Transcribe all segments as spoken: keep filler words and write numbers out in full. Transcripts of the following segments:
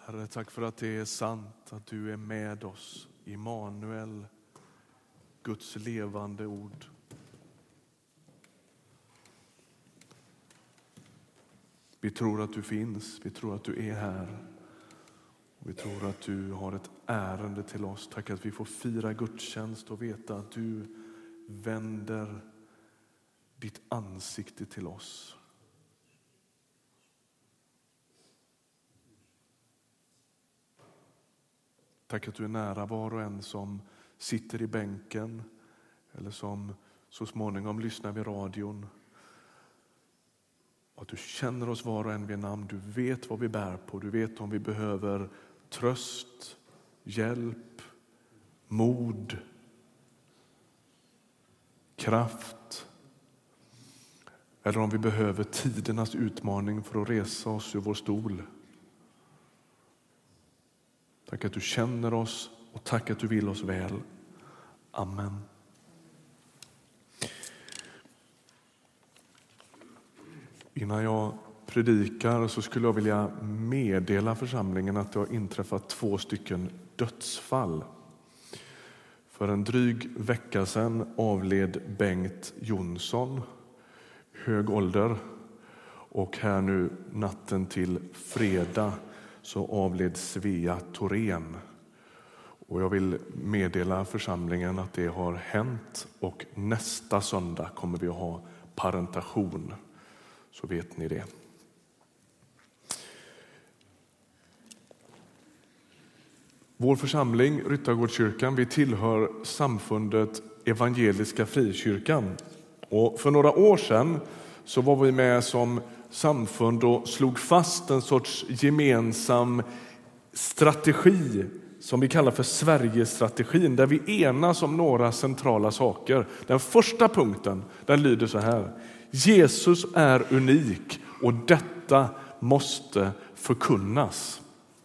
Herre, tack för att det är sant att du är med oss. Immanuel, Guds levande ord. Vi tror att du finns, vi tror att du är här. Vi tror att du har ett ärende till oss. Tack att vi får fira gudstjänst och veta att du vänder ditt ansikte till oss. Tack att du är nära var och en som sitter i bänken eller som så småningom lyssnar vid radion. Att du känner oss var och en vid namn. Du vet vad vi bär på. Du vet om vi behöver tröst, hjälp, mod, kraft. Eller om vi behöver tidernas utmaning för att resa oss ur vår stol. Tack att du känner oss och tack att du vill oss väl. Amen. Innan jag predikar så skulle jag vilja meddela församlingen att det har inträffat två stycken dödsfall. För en dryg vecka sedan avled Bengt Jonsson, hög ålder. Och här nu natten till fredag så avled Svea Thorén. Och jag vill meddela församlingen att det har hänt och nästa söndag kommer vi att ha parentation. Så vet ni det. Vår församling, Ryttargårdskyrkan, vi tillhör samfundet Evangeliska Frikyrkan. Och för några år sedan så var vi med som samfund och slog fast en sorts gemensam strategi som vi kallar för Sverigestrategin, där vi enas om några centrala saker. Den första punkten, den lyder så här: Jesus är unik och detta måste förkunnas.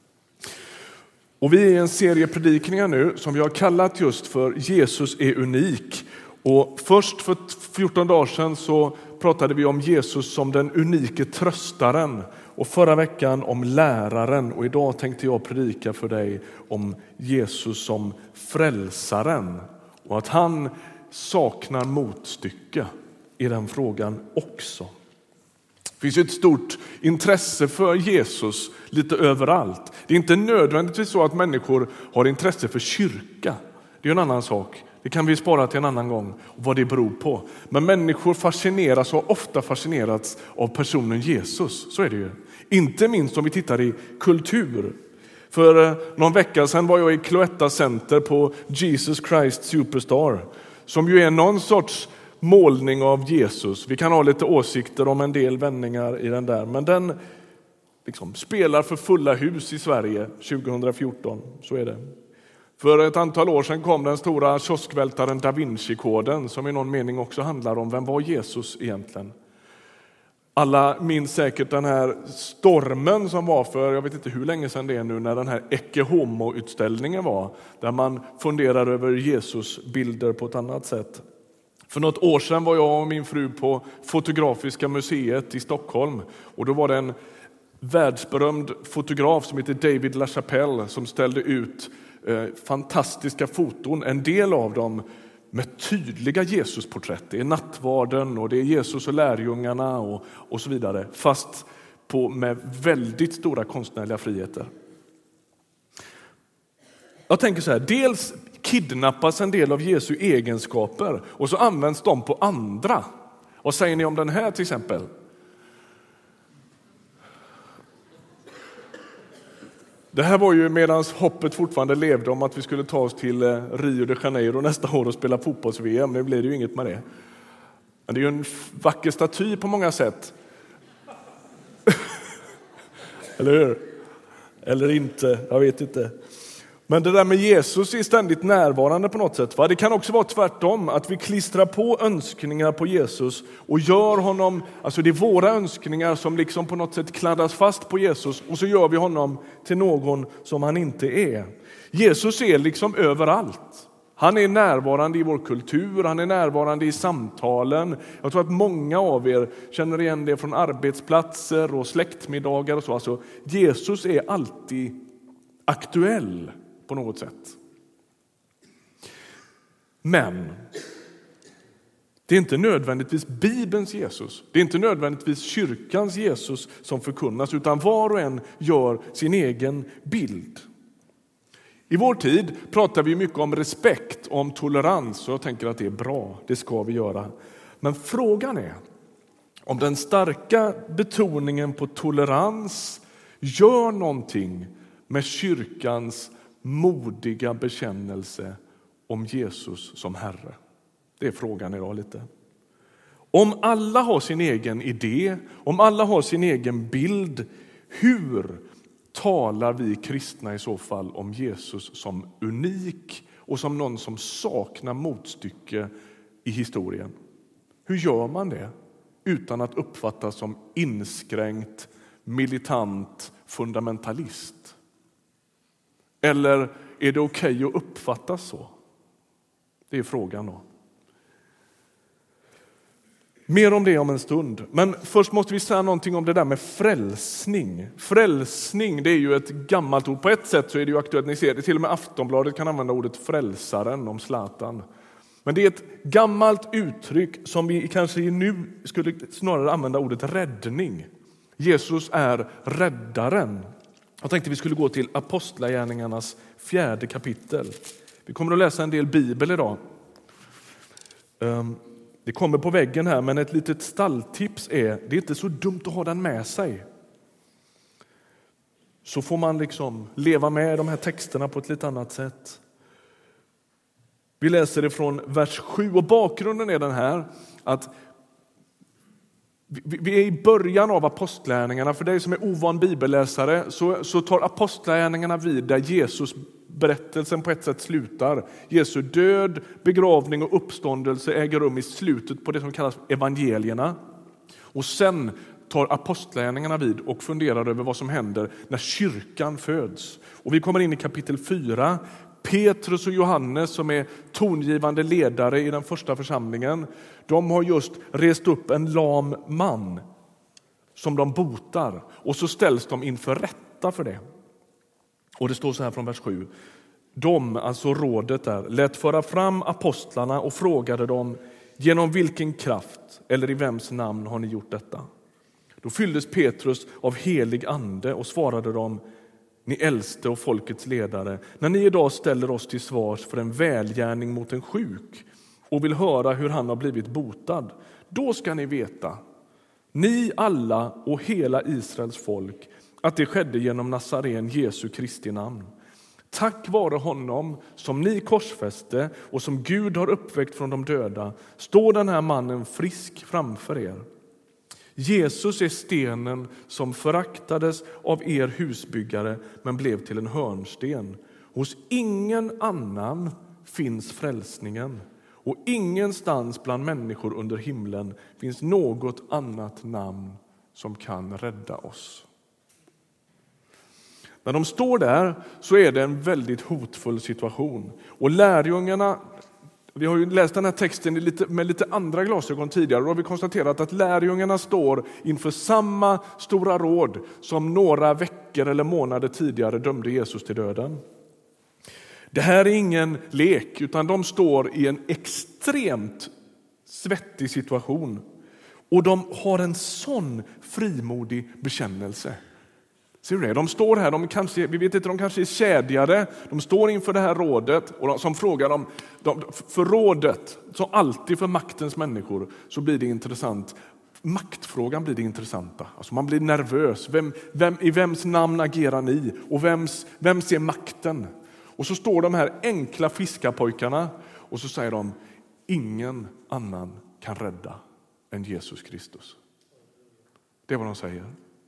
Och vi är i en serie predikningar nu som vi har kallat just för Jesus är unik. Och först för fjorton dagar sedan så pratade vi om Jesus som den unike tröstaren och förra veckan om läraren, och idag tänkte jag predika för dig om Jesus som frälsaren och att han saknar motstycke i den frågan också. Det finns ett stort intresse för Jesus lite överallt. Det är inte nödvändigtvis så att människor har intresse för kyrka. Det är en annan sak. Det kan vi spara till en annan gång och vad det beror på. Men människor fascineras och har ofta fascinerats av personen Jesus. Så är det ju. Inte minst om vi tittar i kultur. För någon vecka sedan var jag i Cloetta Center på Jesus Christ Superstar. Som ju är någon sorts målning av Jesus. Vi kan ha lite åsikter om en del vändningar i den där. Men den liksom spelar för fulla hus i Sverige tjugohundrafjorton. Så är det. För ett antal år sedan kom den stora kioskvältaren Da Vinci-koden som i någon mening också handlar om vem var Jesus egentligen. Alla minns säkert den här stormen som var för, jag vet inte hur länge sedan det är nu, när den här Ecce Homo-utställningen var. Där man funderar över Jesus bilder på ett annat sätt. För något år sedan var jag och min fru på Fotografiska museet i Stockholm. Och då var det en världsberömd fotograf som heter David LaChapelle som ställde ut eh, fantastiska foton. En del av dem med tydliga Jesusporträtt. Det är nattvarden och det är Jesus och lärjungarna och, och så vidare. Fast på, med väldigt stora konstnärliga friheter. Jag tänker så här, dels kidnappas en del av Jesu egenskaper och så används de på andra. Vad säger ni om den här till exempel? Det här var ju medan hoppet fortfarande levde om att vi skulle ta oss till Rio de Janeiro nästa år och spela fotbolls-V M. Nu blir det ju inget med det. Men det är ju en vacker staty på många sätt. Eller hur? Eller inte, jag vet inte. Men det där med Jesus är ständigt närvarande på något sätt. Va? Det kan också vara tvärtom, att vi klistrar på önskningar på Jesus och gör honom, alltså det är våra önskningar som liksom på något sätt kladdas fast på Jesus och så gör vi honom till någon som han inte är. Jesus är liksom överallt. Han är närvarande i vår kultur, han är närvarande i samtalen. Jag tror att många av er känner igen det från arbetsplatser och släktmiddagar och så. Alltså, Jesus är alltid aktuell på något sätt. Men det är inte nödvändigtvis Bibelns Jesus. Det är inte nödvändigtvis kyrkans Jesus som förkunnas, utan var och en gör sin egen bild. I vår tid pratar vi mycket om respekt, om tolerans, och jag tänker att det är bra, det ska vi göra. Men frågan är om den starka betoningen på tolerans gör någonting med kyrkans modiga bekännelse om Jesus som Herre. Det är frågan idag lite. Om alla har sin egen idé, om alla har sin egen bild, hur talar vi kristna i så fall om Jesus som unik och som någon som saknar motstycke i historien? Hur gör man det utan att uppfattas som inskränkt, militant fundamentalist? Eller är det okej att uppfattas så? Det är frågan då. Mer om det om en stund. Men först måste vi säga någonting om det där med frälsning. Frälsning, det är ju ett gammalt ord. På ett sätt så är det ju aktuellt. Ni ser det, till och med Aftonbladet kan använda ordet frälsaren om Zlatan. Men det är ett gammalt uttryck som vi kanske nu skulle snarare använda ordet räddning. Jesus är räddaren. Jag tänkte vi skulle gå till Apostlagärningarnas fjärde kapitel. Vi kommer att läsa en del bibel idag. Det kommer på väggen här, men ett litet stalltips är, det är inte så dumt att ha den med sig. Så får man liksom leva med de här texterna på ett lite annat sätt. Vi läser det från vers sju, och bakgrunden är den här att vi är i början av apostlagärningarna. För dig som är ovan bibelläsare så, så tar apostlagärningarna vid där Jesus berättelsen på ett sätt slutar. Jesu död, begravning och uppståndelse äger rum i slutet på det som kallas evangelierna. Och sen tar apostlagärningarna vid och funderar över vad som händer när kyrkan föds. Och vi kommer in i kapitel fyra. Petrus och Johannes, som är tongivande ledare i den första församlingen, de har just rest upp en lam man som de botar, och så ställs de inför rätta för det. Och det står så här från vers sju. De, alltså rådet där, lät föra fram apostlarna och frågade dem: genom vilken kraft eller i vems namn har ni gjort detta? Då fylldes Petrus av helig ande och svarade dem: ni äldste och folkets ledare, när ni idag ställer oss till svars för en välgärning mot en sjuk och vill höra hur han har blivit botad, då ska ni veta, ni alla och hela Israels folk, att det skedde genom Nazaren Jesu Kristi namn. Tack vare honom som ni korsfäste och som Gud har uppväckt från de döda, står den här mannen frisk framför er. Jesus är stenen som föraktades av er husbyggare men blev till en hörnsten. Hos ingen annan finns frälsningen, och ingenstans bland människor under himlen finns något annat namn som kan rädda oss. När de står där så är det en väldigt hotfull situation. Och lärjungarna, vi har ju läst den här texten med lite andra glasögon tidigare, och då har vi konstaterat att lärjungarna står inför samma stora råd som några veckor eller månader tidigare dömde Jesus till döden. Det här är ingen lek, utan de står i en extremt svettig situation. Och de har en sån frimodig bekännelse. Ser du det? De står här, de kanske, vi vet inte, de kanske är kedjade. De står inför det här rådet och de, som frågar dem, de, för rådet, som alltid för maktens människor, så blir det intressant. Maktfrågan blir det intressanta. Alltså man blir nervös. Vem, vem, i vems namn agerar ni? Och vems, vem ser makten? Och så står de här enkla fiskarpojkarna och så säger de: ingen annan kan rädda än Jesus Kristus. Det är vad de säger.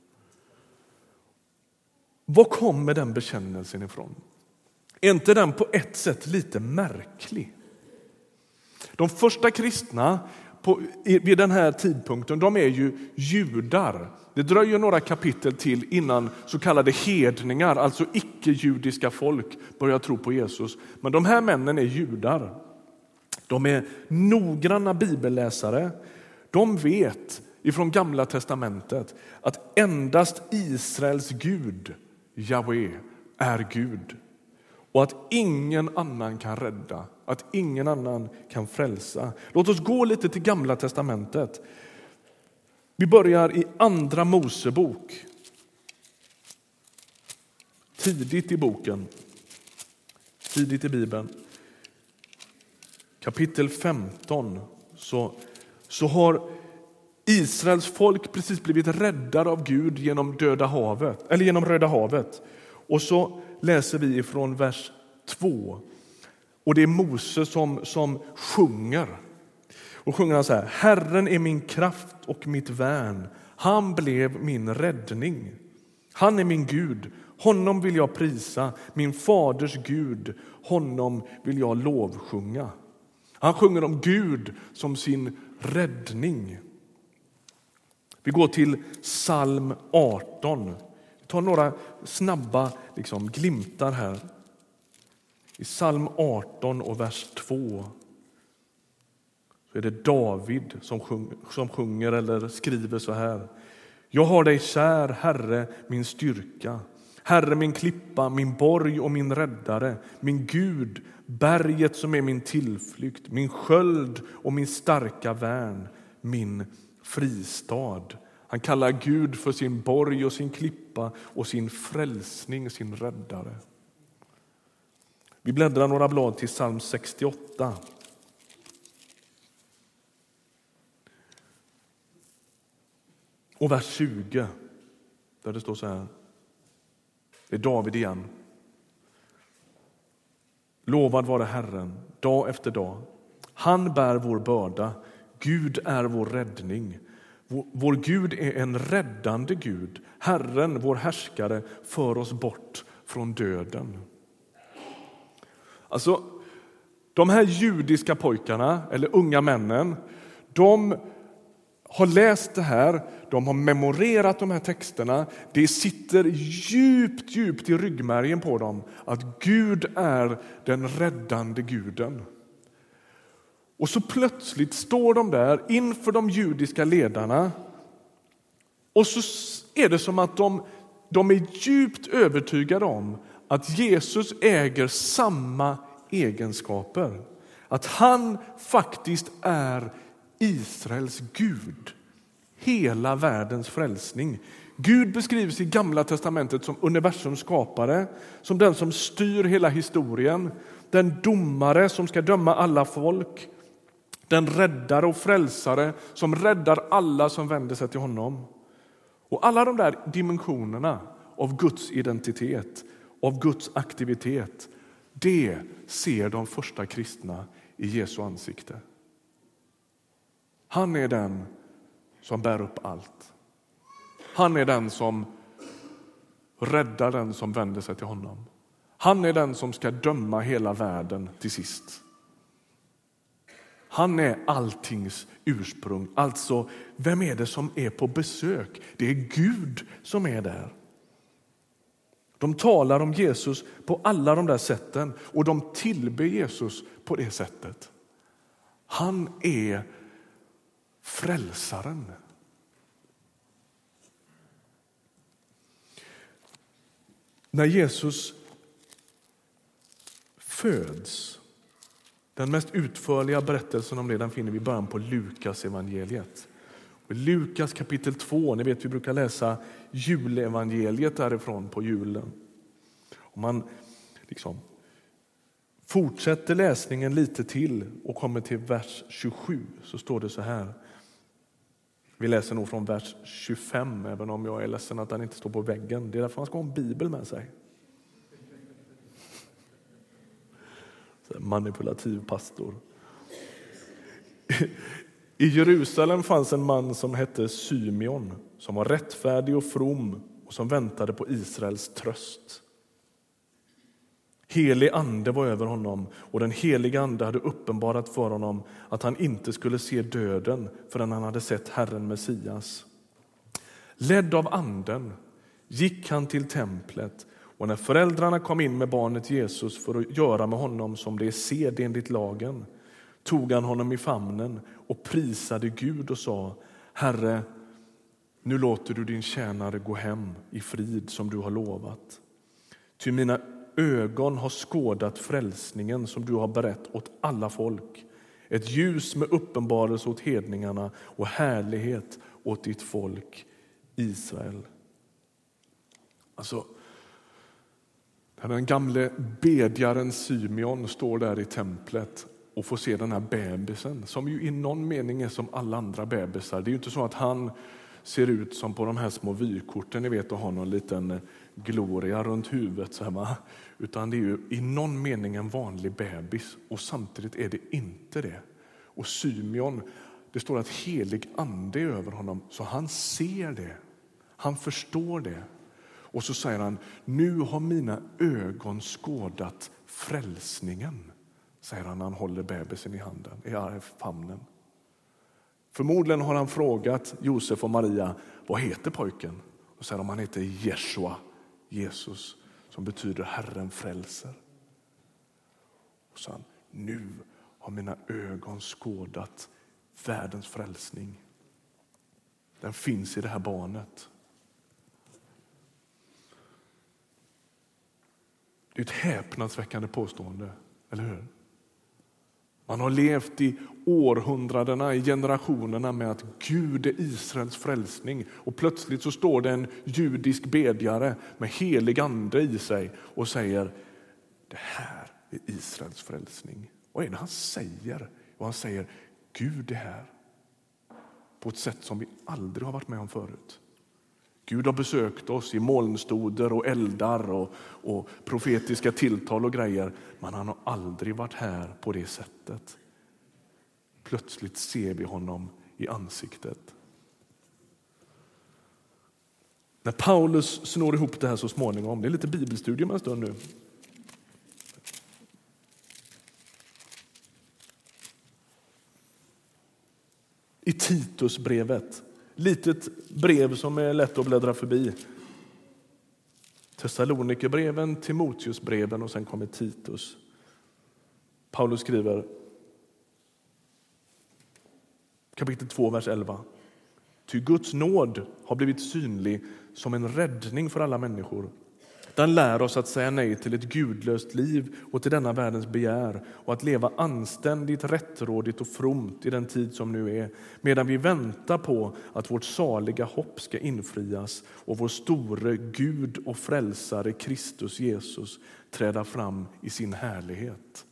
Var kommer den bekännelsen ifrån? Är inte den på ett sätt lite märklig? De första kristna på, vid den här tidpunkten, de är ju judar. Det dröjer några kapitel till innan så kallade hedningar, alltså icke-judiska folk, börjar tro på Jesus. Men de här männen är judar. De är noggranna bibelläsare. De vet ifrån Gamla testamentet att endast Israels Gud, Jahve, är Gud och att ingen annan kan rädda, att ingen annan kan frälsa. Låt oss gå lite till Gamla testamentet. Vi börjar i Andra Mosebok. Tidigt i boken, tidigt i Bibeln. Kapitel femton så, så har Israels folk precis blivit räddade av Gud genom Döda havet, eller genom Röda havet. Och så läser vi ifrån vers två. Och det är Mose som, som sjunger. Och sjunger han så här: Herren är min kraft och mitt värn. Han blev min räddning. Han är min Gud. Honom vill jag prisa. Min faders Gud. Honom vill jag lovsjunga. Han sjunger om Gud som sin räddning. Vi går till psalm arton. Vi tar några snabba liksom, glimtar här. I psalm arton och vers två så är det David som sjunger, som sjunger eller skriver så här. Jag har dig kär, Herre, min styrka. Herre, min klippa, min borg och min räddare. Min Gud, berget som är min tillflykt. Min sköld och min starka värn. Min fristad. Han kallar Gud för sin borg och sin klippa och sin frälsning, sin räddare. Vi bläddrar några blad till psalm sextioåtta. Och vers tjugo, där det står så här. Det är David igen. Lovad vare Herren, dag efter dag. Han bär vår börda. Gud är vår räddning. Vår, vår Gud är en räddande Gud. Herren, vår härskare, för oss bort från döden. Alltså, de här judiska pojkarna, eller unga männen, de har läst det här, de har memorerat de här texterna. Det sitter djupt, djupt i ryggmärgen på dem att Gud är den räddande guden. Och så plötsligt står de där inför de judiska ledarna och så är det som att de, de är djupt övertygade om att Jesus äger samma egenskaper. Att han faktiskt är Israels Gud, hela världens frälsning. Gud beskrivs i Gamla testamentet som universums skapare, som den som styr hela historien, den domare som ska döma alla folk, den räddare och frälsare som räddar alla som vänder sig till honom. Och alla de där dimensionerna av Guds identitet, av Guds aktivitet, det ser de första kristna i Jesu ansikte. Han är den som bär upp allt. Han är den som räddar den som vänder sig till honom. Han är den som ska döma hela världen till sist. Han är alltings ursprung. Alltså, vem är det som är på besök? Det är Gud som är där. De talar om Jesus på alla de där sätten och de tillber Jesus på det sättet. Han är frälsaren. När Jesus föds, den mest utförliga berättelsen om det, den finner vi i början på Lukas evangeliet. Och i Lukas kapitel två, ni vet vi brukar läsa julevangeliet därifrån på julen. Om man liksom fortsätter läsningen lite till och kommer till vers tjugosju så står det så här. Vi läser nog från vers tjugofem, även om jag är ledsen att den inte står på väggen. Det är därför man ska ha en bibel med sig. Manipulativ pastor. I Jerusalem fanns en man som hette Symeon, som var rättfärdig och from och som väntade på Israels tröst. Helig ande var över honom och den heliga ande hade uppenbarat för honom att han inte skulle se döden förrän han hade sett Herren Messias. Ledd av anden gick han till templet och när föräldrarna kom in med barnet Jesus för att göra med honom som det är sed enligt lagen tog han honom i famnen och prisade Gud och sa: Herre, nu låter du din tjänare gå hem i frid som du har lovat. Ty mina ögon har skådat frälsningen som du har berett åt alla folk. Ett ljus med uppenbarelse åt hedningarna och härlighet åt ditt folk Israel. Alltså, den gamle bedjaren Symeon står där i templet och får se den här bebisen som ju i någon mening är som alla andra bebisar. Det är ju inte så att han ser ut som på de här små vykorten, ni vet, att ha någon liten gloria runt huvudet så här, va? Utan det är ju i någon mening en vanlig bebis och samtidigt är det inte det. Och Symeon, det står att helig ande är över honom, så han ser det, han förstår det. Och så säger han, nu har mina ögon skådat frälsningen, säger han när han håller bebisen i handen, i famnen. Förmodligen har han frågat Josef och Maria, vad heter pojken? Och säger de, han heter Jeshua, Jesus, som betyder Herren frälser. Och så han, nu har mina ögon skådat världens frälsning. Den finns i det här barnet. Det är ett häpnadsväckande påstående, eller hur? Man har levt i århundradena, i generationerna med att Gud är Israels frälsning. Och plötsligt så står det en judisk bedjare med helig ande i sig och säger, det här är Israels frälsning. Vad är det han säger? Och han säger, Gud är här. På ett sätt som vi aldrig har varit med om förut. Gud har besökt oss i molnstoder och eldar och, och profetiska tilltal och grejer. Men han har aldrig varit här på det sättet. Plötsligt ser vi honom i ansiktet. När Paulus snår ihop det här så småningom, det är lite bibelstudium en stund nu. I Titusbrevet. Litet brev som är lätt att bläddra förbi. Thessalonikerbreven, Timoteusbreven och sen kommer Titus. Paulus skriver kapitel två, vers elva. Ty Guds nåd har blivit synlig som en räddning för alla människor. Den lär oss att säga nej till ett gudlöst liv och till denna världens begär och att leva anständigt, rättrådigt och fromt i den tid som nu är, medan vi väntar på att vårt saliga hopp ska infrias och vår store Gud och frälsare Kristus Jesus träda fram i sin härlighet.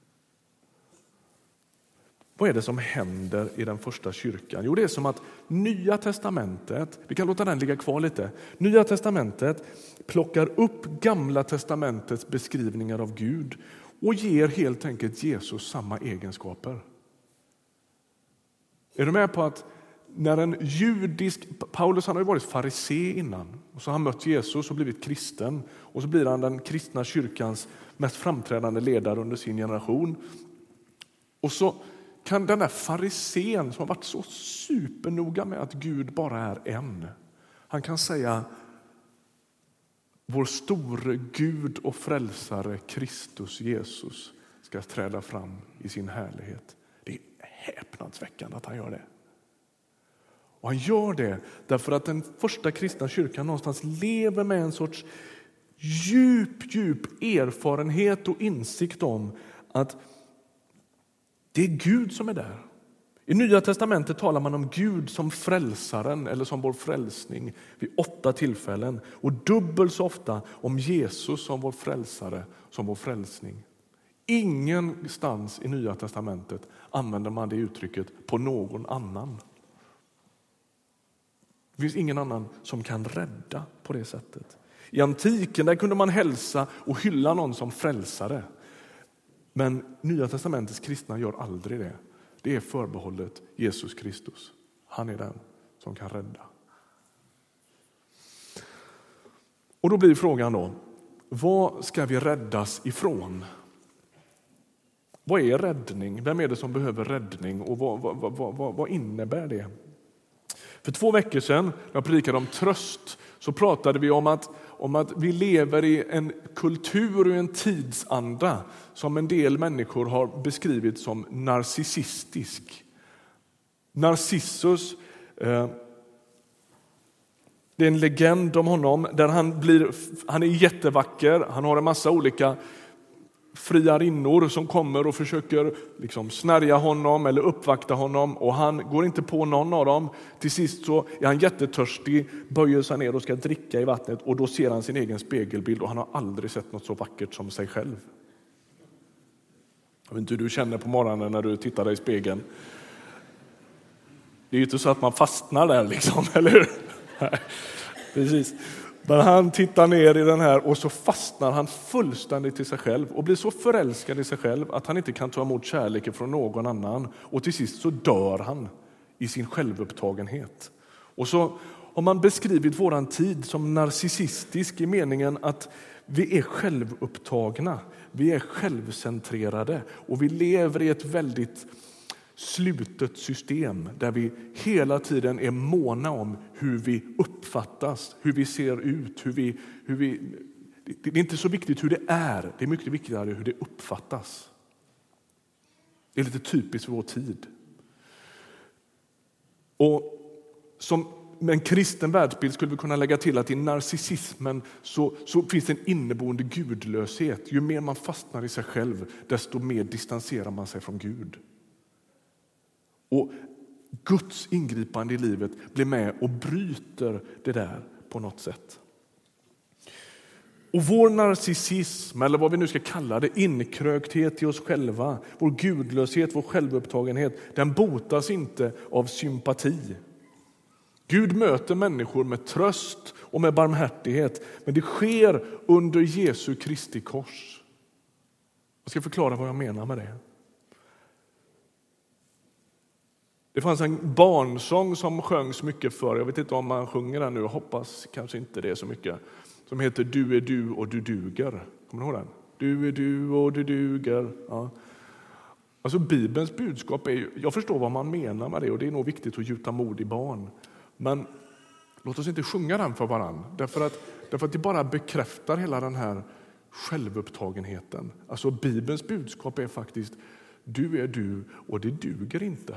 Vad är det som händer i den första kyrkan? Jo, det är som att Nya testamentet, vi kan låta den ligga kvar lite. Nya testamentet plockar upp Gamla testamentets beskrivningar av Gud och ger helt enkelt Jesus samma egenskaper. Är du med på att när en judisk, Paulus han har ju varit farisé innan och så har han mött Jesus och blivit kristen och så blir han den kristna kyrkans mest framträdande ledare under sin generation. Och så kan den där farisén som har varit så supernoga med att Gud bara är en, han kan säga vår store Gud och frälsare Kristus Jesus ska träda fram i sin härlighet. Det är häpnadsväckande att han gör det. Och han gör det därför att den första kristna kyrkan någonstans lever med en sorts djup, djup erfarenhet och insikt om att det är Gud som är där. I Nya testamentet talar man om Gud som frälsaren eller som vår frälsning vid åtta tillfällen. Och dubbelt så ofta om Jesus som vår frälsare, som vår frälsning. Ingenstans i Nya testamentet använder man det uttrycket på någon annan. Det finns ingen annan som kan rädda på det sättet. I antiken där kunde man hälsa och hylla någon som frälsare. Men Nya testamentets kristna gör aldrig det. Det är förbehållet Jesus Kristus. Han är den som kan rädda. Och då blir frågan då, vad ska vi räddas ifrån? Vad är räddning? Vem är det som behöver räddning och vad, vad, vad, vad, vad innebär det? För två veckor sedan när jag predikade om tröst så pratade vi om att, om att vi lever i en kultur och en tidsanda som en del människor har beskrivit som narcissistisk. Narcissus, eh, Det är en legend om honom där han blir, han är jättevacker. Han har en massa olika friarinnor som kommer och försöker liksom snärja honom eller uppvakta honom, och han går inte på någon av dem. Till sist så är han jättetörstig, böjer sig ner och ska dricka i vattnet, och då ser han sin egen spegelbild, och han har aldrig sett något så vackert som sig själv. Jag vet inte hur du känner på morgonen när du tittar dig i spegeln. Det är ju inte så att man fastnar där liksom, eller hur? Precis. Men han tittar ner i den här och så fastnar han fullständigt i sig själv och blir så förälskad i sig själv att han inte kan ta emot kärleken från någon annan. Och till sist så dör han i sin självupptagenhet. Och så har man beskrivit våran tid som narcissistisk i meningen att vi är självupptagna, vi är självcentrerade och vi lever i ett väldigt slutet system där vi hela tiden är måna om hur vi uppfattas, hur vi ser ut, hur vi, hur vi, det är inte så viktigt hur det är, det är mycket viktigare hur det uppfattas. Det är lite typiskt för vår tid. Och som med en kristen världsbild skulle vi kunna lägga till att i narcissismen så, så finns det en inneboende gudlöshet. Ju mer man fastnar i sig själv, desto mer distanserar man sig från Gud. Och Guds ingripande i livet blir med och bryter det där på något sätt. Och vår narcissism, eller vad vi nu ska kalla det, inkrökthet i oss själva, vår gudlöshet, vår självupptagenhet, den botas inte av sympati. Gud möter människor med tröst och med barmhärtighet, men det sker under Jesu Kristi kors. Jag ska förklara vad jag menar med det. Det fanns en barnsång som sjöngs mycket förr. Jag vet inte om man sjunger den nu, jag hoppas kanske inte det är så mycket. Som heter Du är du och du duger. Kommer ni ihåg den? Du är du och du duger. Ja. Alltså Bibelns budskap är ju, jag förstår vad man menar med det, och det är nog viktigt att gjuta mod i barn. Men låt oss inte sjunga den för varann. Därför att, därför att det bara bekräftar hela den här självupptagenheten. Alltså Bibelns budskap är faktiskt, du är du och det duger inte.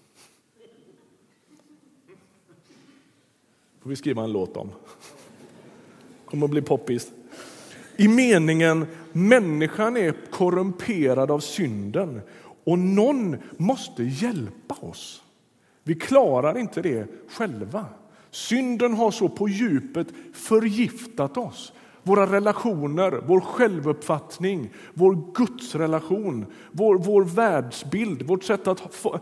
Får vi skriva en låt om. Kommer att bli poppis. I meningen, människan är korrumperad av synden och någon måste hjälpa oss. Vi klarar inte det själva. Synden har så på djupet förgiftat oss. Våra relationer, vår självuppfattning, vår gudsrelation, vår, vår världsbild, vårt sätt att få,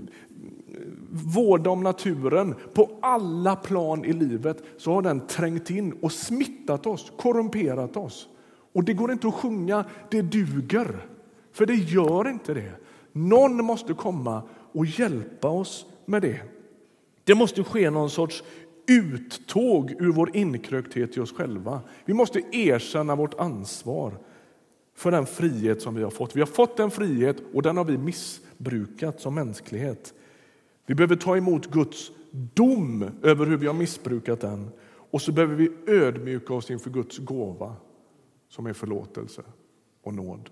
vårda om naturen. På alla plan i livet så har den trängt in och smittat oss, korrumperat oss. Och det går inte att sjunga, det duger. För det gör inte det. Någon måste komma och hjälpa oss med det. Det måste ske någon sorts uttåg ur vår inkrökthet i oss själva. Vi måste erkänna vårt ansvar för den frihet som vi har fått. Vi har fått en frihet och den har vi missbrukat som mänsklighet. Vi behöver ta emot Guds dom över hur vi har missbrukat den. Och så behöver vi ödmjuka oss inför Guds gåva som är förlåtelse och nåd.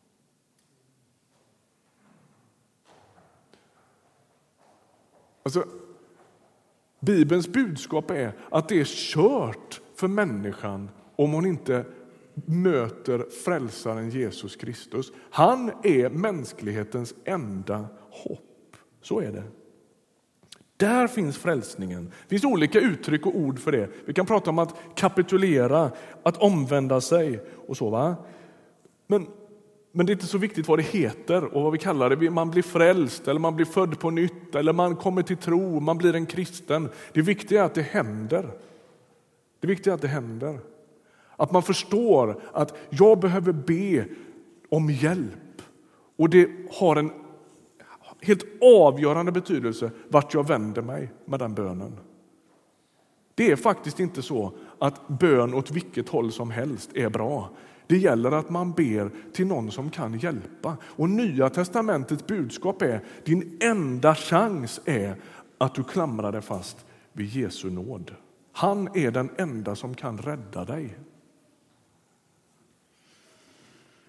Alltså, Bibelns budskap är att det är kört för människan om hon inte möter frälsaren Jesus Kristus. Han är mänsklighetens enda hopp. Så är det. Där finns frälsningen. Det finns olika uttryck och ord för det. Vi kan prata om att kapitulera, att omvända sig och så, va? Men, men det är inte så viktigt vad det heter och vad vi kallar det. Man blir frälst eller man blir född på nytt eller man kommer till tro, man blir en kristen. Det viktiga är att det händer. Det viktiga är att det händer. Att man förstår att jag behöver be om hjälp. Och det har en helt avgörande betydelse vart jag vänder mig med den bönen. Det är faktiskt inte så att bön åt vilket håll som helst är bra. Det gäller att man ber till någon som kan hjälpa. Och Nya testamentets budskap är din enda chans är att du klamrar dig fast vid Jesu nåd. Han är den enda som kan rädda dig.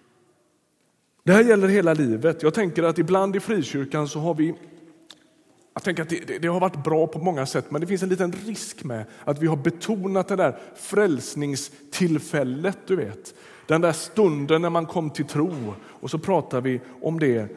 Det här gäller hela livet. Jag tänker att ibland i frikyrkan så har vi Jag tänker att det, det, det har varit bra på många sätt, men det finns en liten risk med att vi har betonat det där frälsningstillfället, du vet. Den där stunden när man kom till tro, och så pratar vi om det.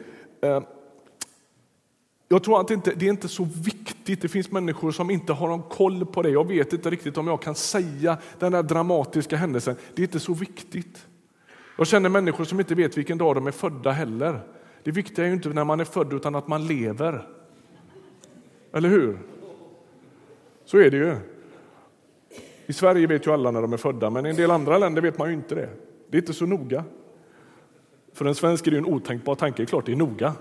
Jag tror att det inte det är inte så viktigt. Det finns människor som inte har någon koll på det. Jag vet inte riktigt om jag kan säga den där dramatiska händelsen. Det är inte så viktigt. Jag känner människor som inte vet vilken dag de är födda heller. Det viktiga är ju inte när man är född utan att man lever. Eller hur? Så är det ju. I Sverige vet ju alla när de är födda, men i en del andra länder vet man ju inte det. Det är inte så noga. För en svensk är det en otänkbar tanke, klart det är noga.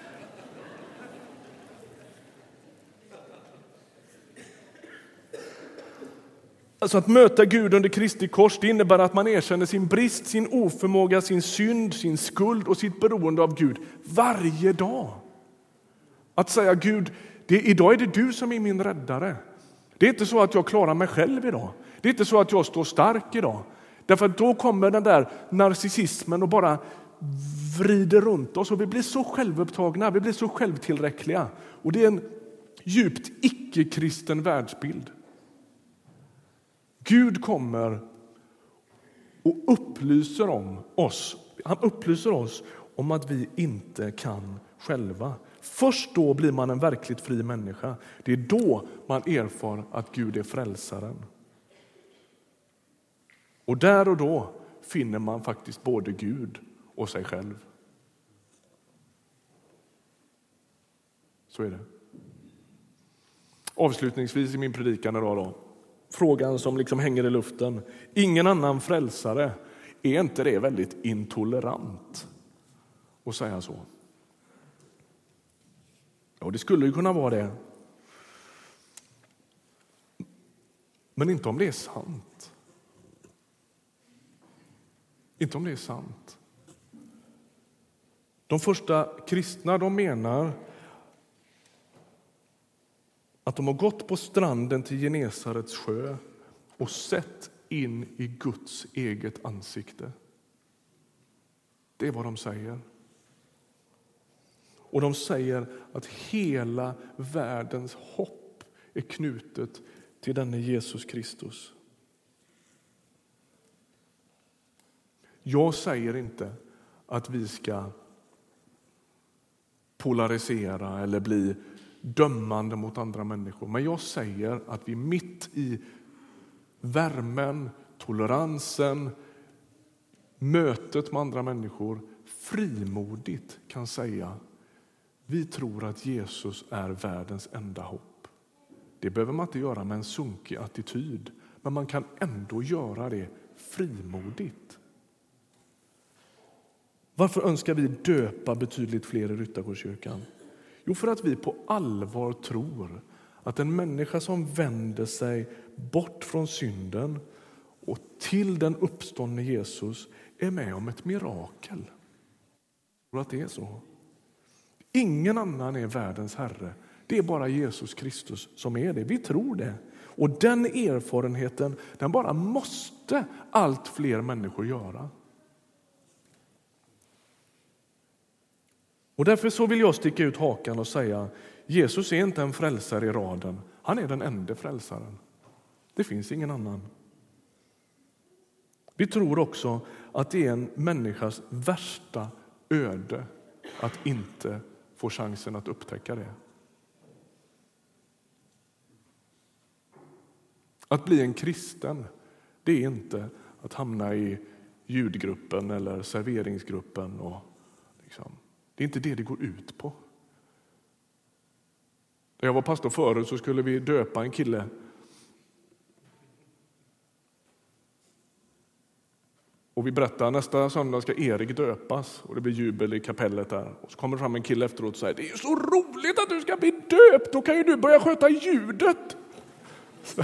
Alltså att möta Gud under Kristi kors, det innebär att man erkänner sin brist, sin oförmåga, sin synd, sin skuld och sitt beroende av Gud varje dag. Att säga Gud, det, idag är det du som är min räddare. Det är inte så att jag klarar mig själv idag. Det är inte så att jag står stark idag. Därför att då kommer den där narcissismen och bara vrider runt oss och vi blir så självupptagna, vi blir så självtillräckliga. Och det är en djupt icke-kristen världsbild. Gud kommer och upplyser om oss. Han upplyser oss om att vi inte kan själva. Först då blir man en verkligt fri människa. Det är då man erfar att Gud är frälsaren. Och där och då finner man faktiskt både Gud och sig själv. Så är det. Avslutningsvis i min predikan idag då. Frågan som liksom hänger i luften. Ingen annan frälsare. Är inte det väldigt intolerant att säga så? Ja, det skulle ju kunna vara det. Men inte om det är sant. Inte om det är sant. De första kristna, de menar att de har gått på stranden till Genesarets sjö och sett in i Guds eget ansikte. Det är vad de säger. Och de säger att hela världens hopp är knutet till denne Jesus Kristus. Jag säger inte att vi ska polarisera eller bli dömande mot andra människor. Men jag säger att vi mitt i värmen, toleransen, mötet med andra människor frimodigt kan säga: vi tror att Jesus är världens enda hopp. Det behöver man inte göra med en sunkig attityd, men man kan ändå göra det frimodigt. Varför önskar vi döpa betydligt fler i Ryttargårdskyrkan? Jo, för att vi på allvar tror att en människa som vänder sig bort från synden och till den uppståndne Jesus är med om ett mirakel. Jag tror att det är så. Ingen annan är världens herre. Det är bara Jesus Kristus som är det. Vi tror det. Och den erfarenheten, den bara måste allt fler människor göra. Och därför så vill jag sticka ut hakan och säga: Jesus är inte en frälsare i raden. Han är den enda frälsaren. Det finns ingen annan. Vi tror också att det är en människas värsta öde att inte få chansen att upptäcka det. Att bli en kristen, det är inte att hamna i ljudgruppen eller serveringsgruppen. Och liksom, det är inte det det går ut på. När jag var pastor förut så skulle vi döpa en kille. Och vi berättar, nästa söndag ska Erik döpas. Och det blir jubel i kapellet där. Och så kommer fram en kille efteråt och säger: det är ju så roligt att du ska bli döpt. Då kan ju du börja sköta ljudet. Så.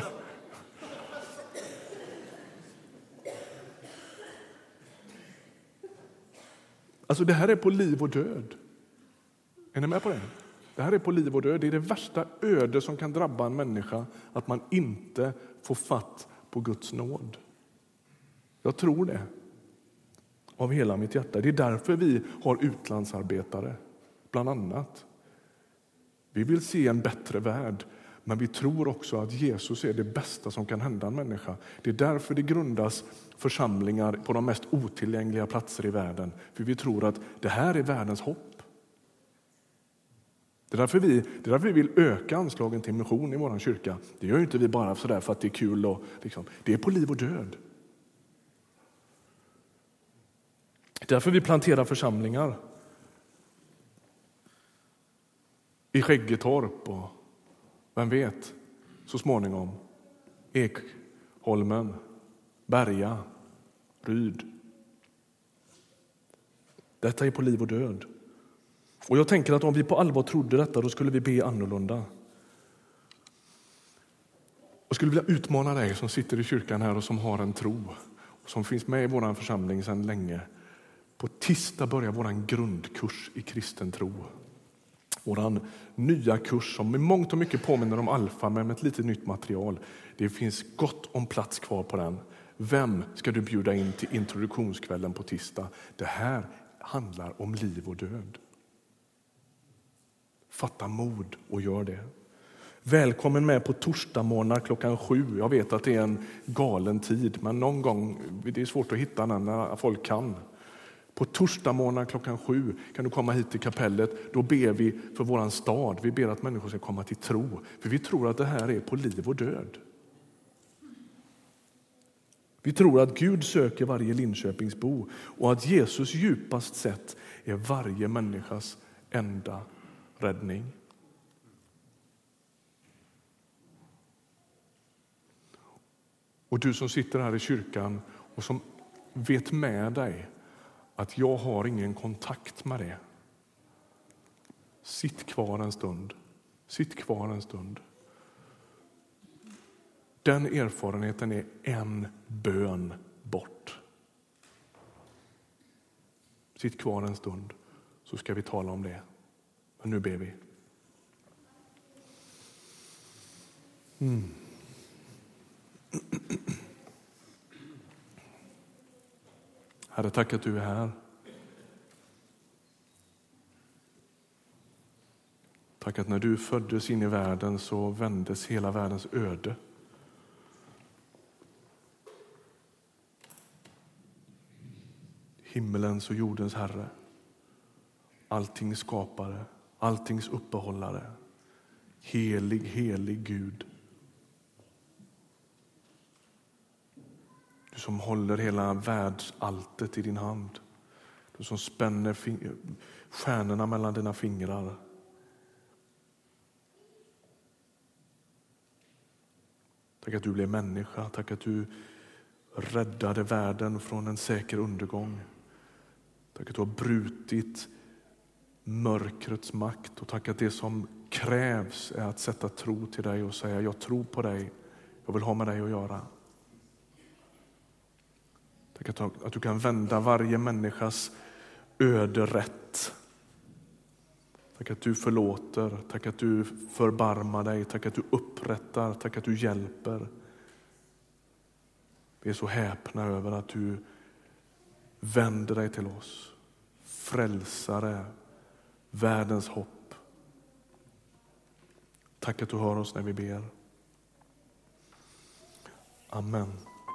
Alltså det här är på liv och död. Är ni med på det? Det här är på liv och död. Det är det värsta öde som kan drabba en människa. Att man inte får fatt på Guds nåd. Jag tror det. Av hela mitt hjärta. Det är därför vi har utlandsarbetare. Bland annat. Vi vill se en bättre värld, men vi tror också att Jesus är det bästa som kan hända en människa. Det är därför det grundas församlingar på de mest otillgängliga platser i världen. För vi tror att det här är världens hopp. Det är därför vi, det är därför vi vill öka anslagen till mission i vår kyrka. Det gör ju inte vi bara så där för att det är kul. Och, liksom, det är på liv och död. Därför vi planterar församlingar i Skäggetorp och vem vet, så småningom Ekholmen, Berga, Ryd. Detta är på liv och död. Och jag tänker att om vi på allvar trodde detta, då skulle vi be annorlunda. Jag skulle vilja utmana dig som sitter i kyrkan här och som har en tro och som finns med i vår församling sedan länge. På tisdag börjar vår grundkurs i kristen tro. Vår nya kurs som i mångt och mycket påminner om Alfa, men med ett lite nytt material. Det finns gott om plats kvar på den. Vem ska du bjuda in till introduktionskvällen på tisdag? Det här handlar om liv och död. Fatta mod och gör det. Välkommen med på torsdag morgon klockan sju. Jag vet att det är en galen tid, men någon gång det är svårt att hitta den när folk kan. På torsdag morgon klockan sju kan du komma hit till kapellet. Då ber vi för våran stad. Vi ber att människor ska komma till tro. För vi tror att det här är på liv och död. Vi tror att Gud söker varje Linköpingsbo och att Jesus djupast sett är varje människas enda räddning. Och du som sitter här i kyrkan och som vet med dig att jag har ingen kontakt med det. Sitt kvar en stund. Sitt kvar en stund. Den erfarenheten är en bön bort. Sitt kvar en stund så ska vi tala om det. Men nu ber vi. Mm. Herre, tack att du är här. Tack att när du föddes in i världen så vändes hela världens öde. Himmelens och jordens Herre. Allting skapare, alltings uppehållare. Helig, helig Gud. Du som håller hela världsalltet i din hand. Du som spänner fing- stjärnorna mellan dina fingrar. Tack att du blev människa. Tack att du räddade världen från en säker undergång. Tack att du har brutit mörkrets makt. Och tack att det som krävs är att sätta tro till dig och säga jag tror på dig. Jag vill ha med dig att göra. Tack att, att du kan vända varje människas öde rätt. Tack att du förlåter. Tack att du förbarmar dig. Tack att du upprättar. Tack att du hjälper. Vi är så häpna över att du vänder dig till oss. Frälsare. Världens hopp. Tack att du hör oss när vi ber. Amen.